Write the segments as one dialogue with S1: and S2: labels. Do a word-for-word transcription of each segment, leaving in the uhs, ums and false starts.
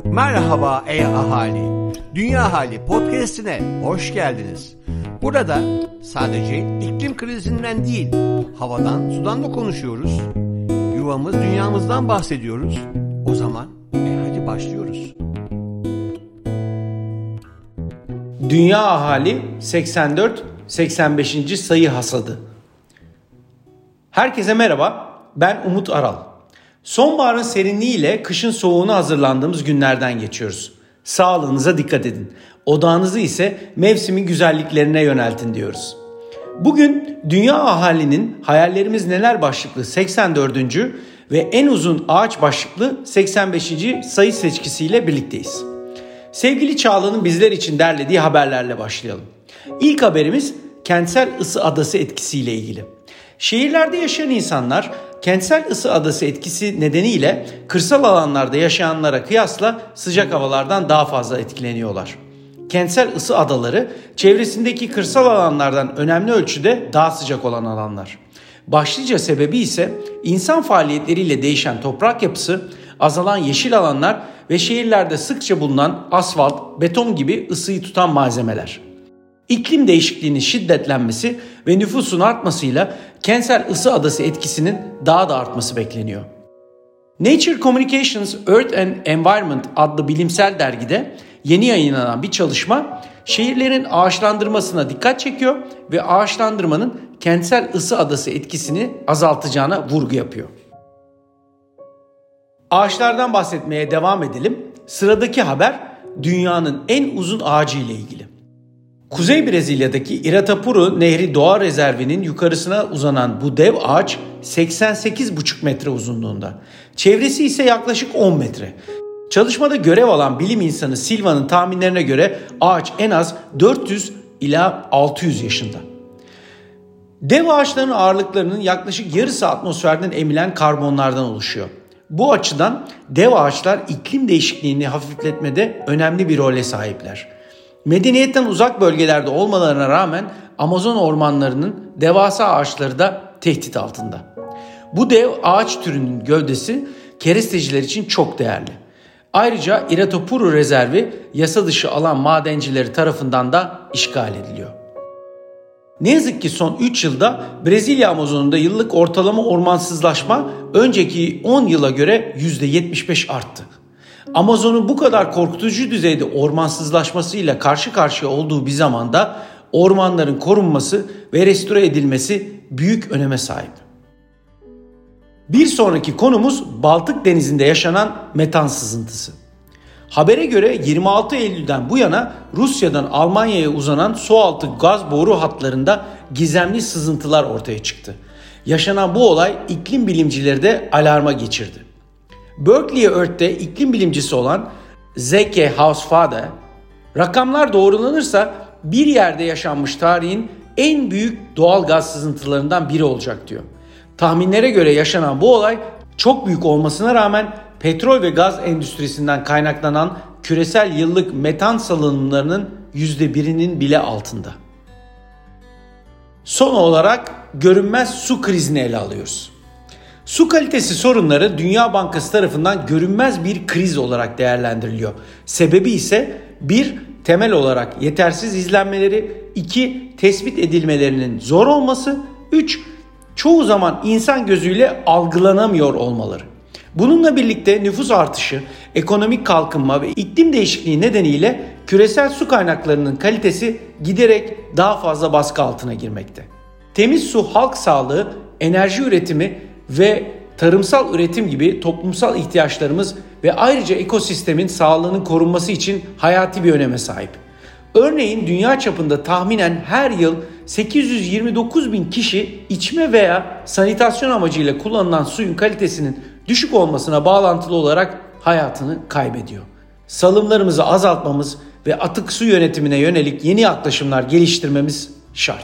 S1: Merhaba ey ahali, Dünya Hali Podcast'ine hoş geldiniz. Burada sadece iklim krizinden değil, havadan, sudan da konuşuyoruz. Yuvamız, dünyamızdan bahsediyoruz. O zaman e hadi başlıyoruz.
S2: Dünya Ahali seksen dört seksen beşinci sayı hasadı. Herkese merhaba, ben Umut Aral. Sonbaharın serinliğiyle kışın soğuğuna hazırlandığımız günlerden geçiyoruz. Sağlığınıza dikkat edin. Odağınızı ise mevsimin güzelliklerine yöneltin diyoruz. Bugün Dünya Ahalinin Hayallerimiz Neler başlıklı seksen dördüncü ve en uzun ağaç başlıklı seksen beşinci sayı seçkisiyle birlikteyiz. Sevgili Çağla'nın bizler için derlediği haberlerle başlayalım. İlk haberimiz kentsel ısı adası etkisiyle ilgili. Şehirlerde yaşayan insanlar kentsel ısı adası etkisi nedeniyle kırsal alanlarda yaşayanlara kıyasla sıcak havalardan daha fazla etkileniyorlar. Kentsel ısı adaları çevresindeki kırsal alanlardan önemli ölçüde daha sıcak olan alanlar. Başlıca sebebi ise insan faaliyetleriyle değişen toprak yapısı, azalan yeşil alanlar ve şehirlerde sıkça bulunan asfalt, beton gibi ısıyı tutan malzemeler. İklim değişikliğinin şiddetlenmesi ve nüfusun artmasıyla kentsel ısı adası etkisinin daha da artması bekleniyor. Nature Communications Earth and Environment adlı bilimsel dergide yeni yayınlanan bir çalışma şehirlerin ağaçlandırmasına dikkat çekiyor ve ağaçlandırmanın kentsel ısı adası etkisini azaltacağına vurgu yapıyor. Ağaçlardan bahsetmeye devam edelim. Sıradaki haber dünyanın en uzun ağacı ile ilgili. Kuzey Brezilya'daki Iratapuru Nehri Doğa Rezervi'nin yukarısına uzanan bu dev ağaç seksen sekiz buçuk metre uzunluğunda. Çevresi ise yaklaşık on metre. Çalışmada görev alan bilim insanı Silva'nın tahminlerine göre ağaç en az dört yüz ila altı yüz yaşında. Dev ağaçların ağırlıklarının yaklaşık yarısı atmosferden emilen karbonlardan oluşuyor. Bu açıdan dev ağaçlar iklim değişikliğini hafifletmede önemli bir role sahipler. Medeniyetten uzak bölgelerde olmalarına rağmen Amazon ormanlarının devasa ağaçları da tehdit altında. Bu dev ağaç türünün gövdesi keresteciler için çok değerli. Ayrıca Iratapuru Rezervi yasa dışı alan madencileri tarafından da işgal ediliyor. Ne yazık ki son üç yılda Brezilya Amazon'unda yıllık ortalama ormansızlaşma önceki on yıla göre yüzde yetmiş beş arttı. Amazon'un bu kadar korkutucu düzeyde ormansızlaşmasıyla karşı karşıya olduğu bir zamanda ormanların korunması ve restore edilmesi büyük öneme sahip. Bir sonraki konumuz Baltık Denizi'nde yaşanan metan sızıntısı. Habere göre yirmi altı Eylül'den bu yana Rusya'dan Almanya'ya uzanan sualtı gaz boru hatlarında gizemli sızıntılar ortaya çıktı. Yaşanan bu olay iklim bilimcileri de alarma geçirdi. Berkeley Earth'te iklim bilimcisi olan Zeke Hausfade, rakamlar doğrulanırsa bir yerde yaşanmış tarihin en büyük doğal gaz sızıntılarından biri olacak diyor. Tahminlere göre yaşanan bu olay çok büyük olmasına rağmen petrol ve gaz endüstrisinden kaynaklanan küresel yıllık metan salınımlarının yüzde birinin bile altında. Son olarak görünmez su krizini ele alıyoruz. Su kalitesi sorunları Dünya Bankası tarafından görünmez bir kriz olarak değerlendiriliyor. Sebebi ise bir, temel olarak yetersiz izlenmeleri, iki, tespit edilmelerinin zor olması, üç, çoğu zaman insan gözüyle algılanamıyor olmaları. Bununla birlikte nüfus artışı, ekonomik kalkınma ve iklim değişikliği nedeniyle küresel su kaynaklarının kalitesi giderek daha fazla baskı altına girmekte. Temiz su, halk sağlığı, enerji üretimi ve tarımsal üretim gibi toplumsal ihtiyaçlarımız ve ayrıca ekosistemin sağlığının korunması için hayati bir öneme sahip. Örneğin dünya çapında tahminen her yıl sekiz yüz yirmi dokuz bin kişi içme veya sanitasyon amacıyla kullanılan suyun kalitesinin düşük olmasına bağlantılı olarak hayatını kaybediyor. Salımlarımızı azaltmamız ve atık su yönetimine yönelik yeni yaklaşımlar geliştirmemiz şart.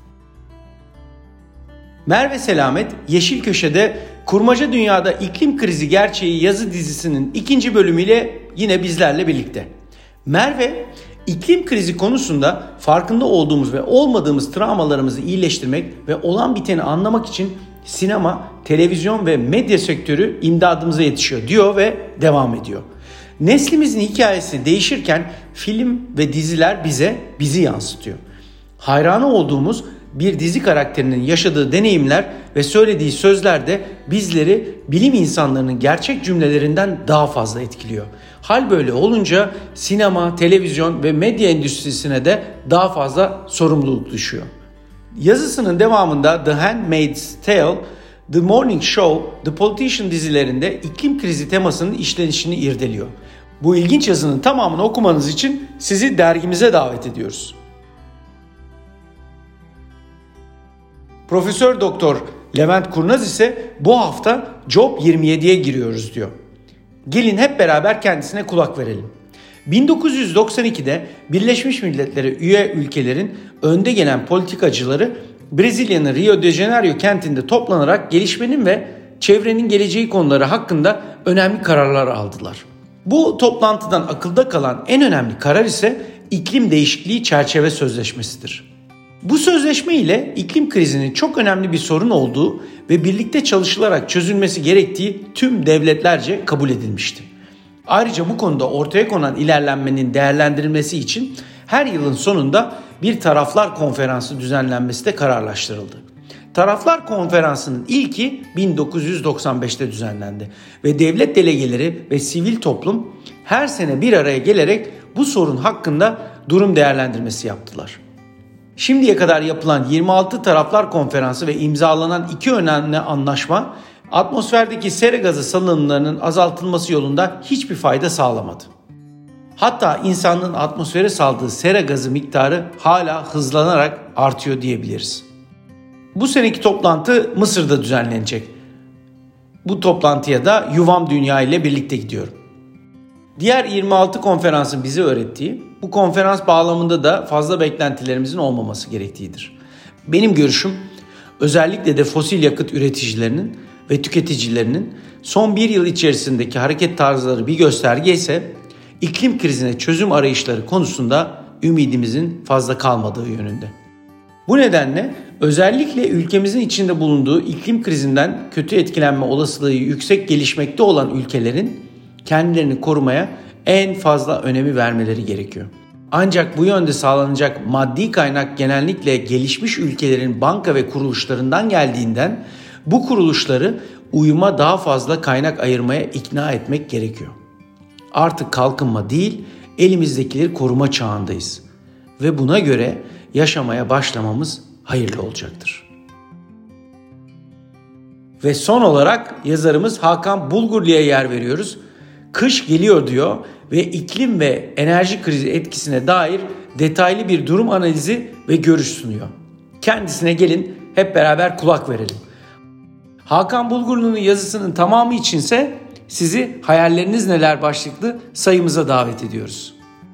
S2: Merve Selamet Yeşil Köşe'de Kurmaca Dünyada İklim Krizi Gerçeği yazı dizisinin ikinci bölümüyle yine bizlerle birlikte. Merve, iklim krizi konusunda farkında olduğumuz ve olmadığımız travmalarımızı iyileştirmek ve olan biteni anlamak için sinema, televizyon ve medya sektörü imdadımıza yetişiyor diyor ve devam ediyor. Neslimizin hikayesi değişirken film ve diziler bize bizi yansıtıyor. Hayranı olduğumuz bir dizi karakterinin yaşadığı deneyimler ve söylediği sözler de bizleri bilim insanlarının gerçek cümlelerinden daha fazla etkiliyor. Hal böyle olunca sinema, televizyon ve medya endüstrisine de daha fazla sorumluluk düşüyor. Yazısının devamında The Handmaid's Tale, The Morning Show, The Politician dizilerinde iklim krizi temasının işlenişini irdeliyor. Bu ilginç yazının tamamını okumanız için sizi dergimize davet ediyoruz. Profesör Doktor Levent Kurnaz ise bu hafta Job yirmi yediye giriyoruz diyor. Gelin hep beraber kendisine kulak verelim. bin dokuz yüz doksan ikide Birleşmiş Milletler'e üye ülkelerin önde gelen politikacıları Brezilya'nın Rio de Janeiro kentinde toplanarak gelişmenin ve çevrenin geleceği konuları hakkında önemli kararlar aldılar. Bu toplantıdan akılda kalan en önemli karar ise iklim değişikliği çerçeve sözleşmesidir. Bu sözleşme ile iklim krizinin çok önemli bir sorun olduğu ve birlikte çalışılarak çözülmesi gerektiği tüm devletlerce kabul edilmişti. Ayrıca bu konuda ortaya konan ilerlenmenin değerlendirilmesi için her yılın sonunda bir taraflar konferansı düzenlenmesi de kararlaştırıldı. Taraflar Konferansı'nın ilki bin dokuz yüz doksan beşte düzenlendi ve devlet delegeleri ve sivil toplum her sene bir araya gelerek bu sorun hakkında durum değerlendirmesi yaptılar. Şimdiye kadar yapılan yirmi altı Taraflar Konferansı ve imzalanan iki önemli anlaşma atmosferdeki sera gazı salınımlarının azaltılması yolunda hiçbir fayda sağlamadı. Hatta insanlığın atmosfere saldığı sera gazı miktarı hala hızlanarak artıyor diyebiliriz. Bu seneki toplantı Mısır'da düzenlenecek. Bu toplantıya da Yuvam Dünya ile birlikte gidiyorum. Diğer yirmi altı konferansın bize öğrettiği, bu konferans bağlamında da fazla beklentilerimizin olmaması gerektiğidir. Benim görüşüm, özellikle de fosil yakıt üreticilerinin ve tüketicilerinin son bir yıl içerisindeki hareket tarzları bir gösterge ise iklim krizine çözüm arayışları konusunda ümidimizin fazla kalmadığı yönünde. Bu nedenle özellikle ülkemizin içinde bulunduğu iklim krizinden kötü etkilenme olasılığı yüksek gelişmekte olan ülkelerin kendilerini korumaya en fazla önemi vermeleri gerekiyor. Ancak bu yönde sağlanacak maddi kaynak genellikle gelişmiş ülkelerin banka ve kuruluşlarından geldiğinden bu kuruluşları uyuma daha fazla kaynak ayırmaya ikna etmek gerekiyor. Artık kalkınma değil, elimizdekileri koruma çağındayız ve buna göre yaşamaya başlamamız hayırlı olacaktır. Ve son olarak yazarımız Hakan Bulgurlu'ya yer veriyoruz. Kış geliyor diyor ve iklim ve enerji krizi etkisine dair detaylı bir durum analizi ve görüş sunuyor. Kendisine gelin hep beraber kulak verelim. Hakan Bulgurlu'nun yazısının tamamı içinse sizi Hayalleriniz Neler başlıklı sayımıza davet ediyoruz.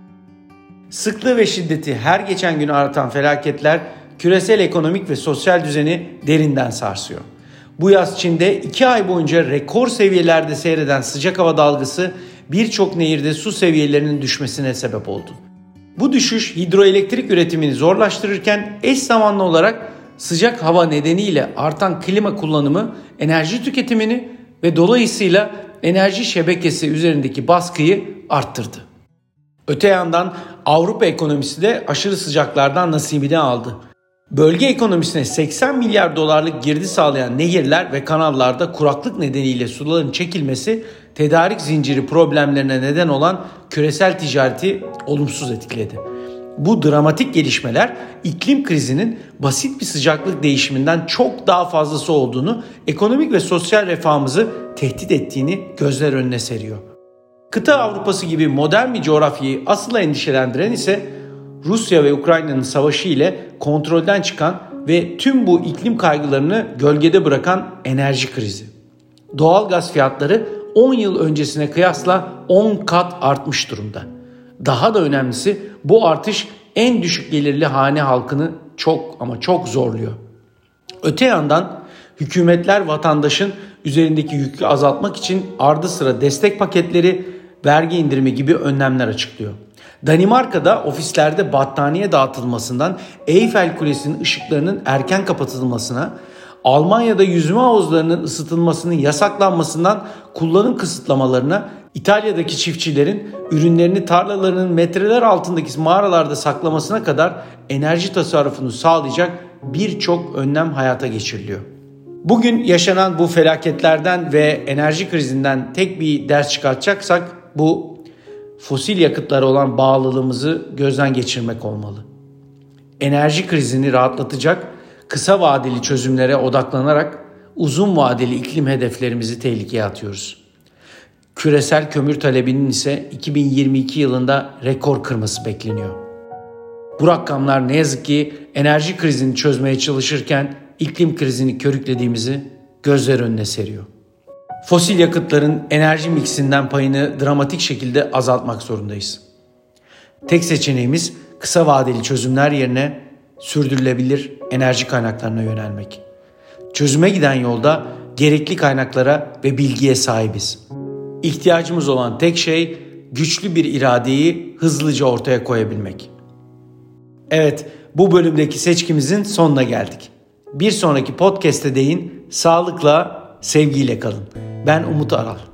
S2: Sıklığı ve şiddeti her geçen gün artan felaketler küresel ekonomik ve sosyal düzeni derinden sarsıyor. Bu yaz Çin'de iki ay boyunca rekor seviyelerde seyreden sıcak hava dalgası birçok nehirde su seviyelerinin düşmesine sebep oldu. Bu düşüş hidroelektrik üretimini zorlaştırırken eş zamanlı olarak sıcak hava nedeniyle artan klima kullanımı enerji tüketimini ve dolayısıyla enerji şebekesi üzerindeki baskıyı arttırdı. Öte yandan Avrupa ekonomisi de aşırı sıcaklardan nasibini aldı. Bölge ekonomisine seksen milyar dolarlık girdi sağlayan nehirler ve kanallarda kuraklık nedeniyle suların çekilmesi tedarik zinciri problemlerine neden olan küresel ticareti olumsuz etkiledi. Bu dramatik gelişmeler iklim krizinin basit bir sıcaklık değişiminden çok daha fazlası olduğunu, ekonomik ve sosyal refahımızı tehdit ettiğini gözler önüne seriyor. Kıta Avrupası gibi modern bir coğrafyayı asıl endişelendiren ise Rusya ve Ukrayna'nın savaşı ile kontrolden çıkan ve tüm bu iklim kaygılarını gölgede bırakan enerji krizi. Doğal gaz fiyatları on yıl öncesine kıyasla on kat artmış durumda. Daha da önemlisi bu artış en düşük gelirli hane halkını çok ama çok zorluyor. Öte yandan hükümetler vatandaşın üzerindeki yükü azaltmak için ardı sıra destek paketleri, vergi indirimi gibi önlemler açıklıyor. Danimarka'da ofislerde battaniye dağıtılmasından Eyfel Kulesi'nin ışıklarının erken kapatılmasına, Almanya'da yüzme havuzlarının ısıtılmasının yasaklanmasından kullanım kısıtlamalarına, İtalya'daki çiftçilerin ürünlerini tarlalarının metreler altındaki mağaralarda saklamasına kadar enerji tasarrufunu sağlayacak birçok önlem hayata geçiriliyor. Bugün yaşanan bu felaketlerden ve enerji krizinden tek bir ders çıkartacaksak bu fosil yakıtlara olan bağlılığımızı gözden geçirmek olmalı. Enerji krizini rahatlatacak kısa vadeli çözümlere odaklanarak uzun vadeli iklim hedeflerimizi tehlikeye atıyoruz. Küresel kömür talebinin ise iki bin yirmi iki yılında rekor kırması bekleniyor. Bu rakamlar ne yazık ki enerji krizini çözmeye çalışırken iklim krizini körüklediğimizi gözler önüne seriyor. Fosil yakıtların enerji miksinden payını dramatik şekilde azaltmak zorundayız. Tek seçeneğimiz kısa vadeli çözümler yerine sürdürülebilir enerji kaynaklarına yönelmek. Çözüme giden yolda gerekli kaynaklara ve bilgiye sahibiz. İhtiyacımız olan tek şey güçlü bir iradeyi hızlıca ortaya koyabilmek. Evet, bu bölümdeki seçkimizin sonuna geldik. Bir sonraki podcast'te deyin, sağlıkla, sevgiyle kalın. Ben Umut Aral.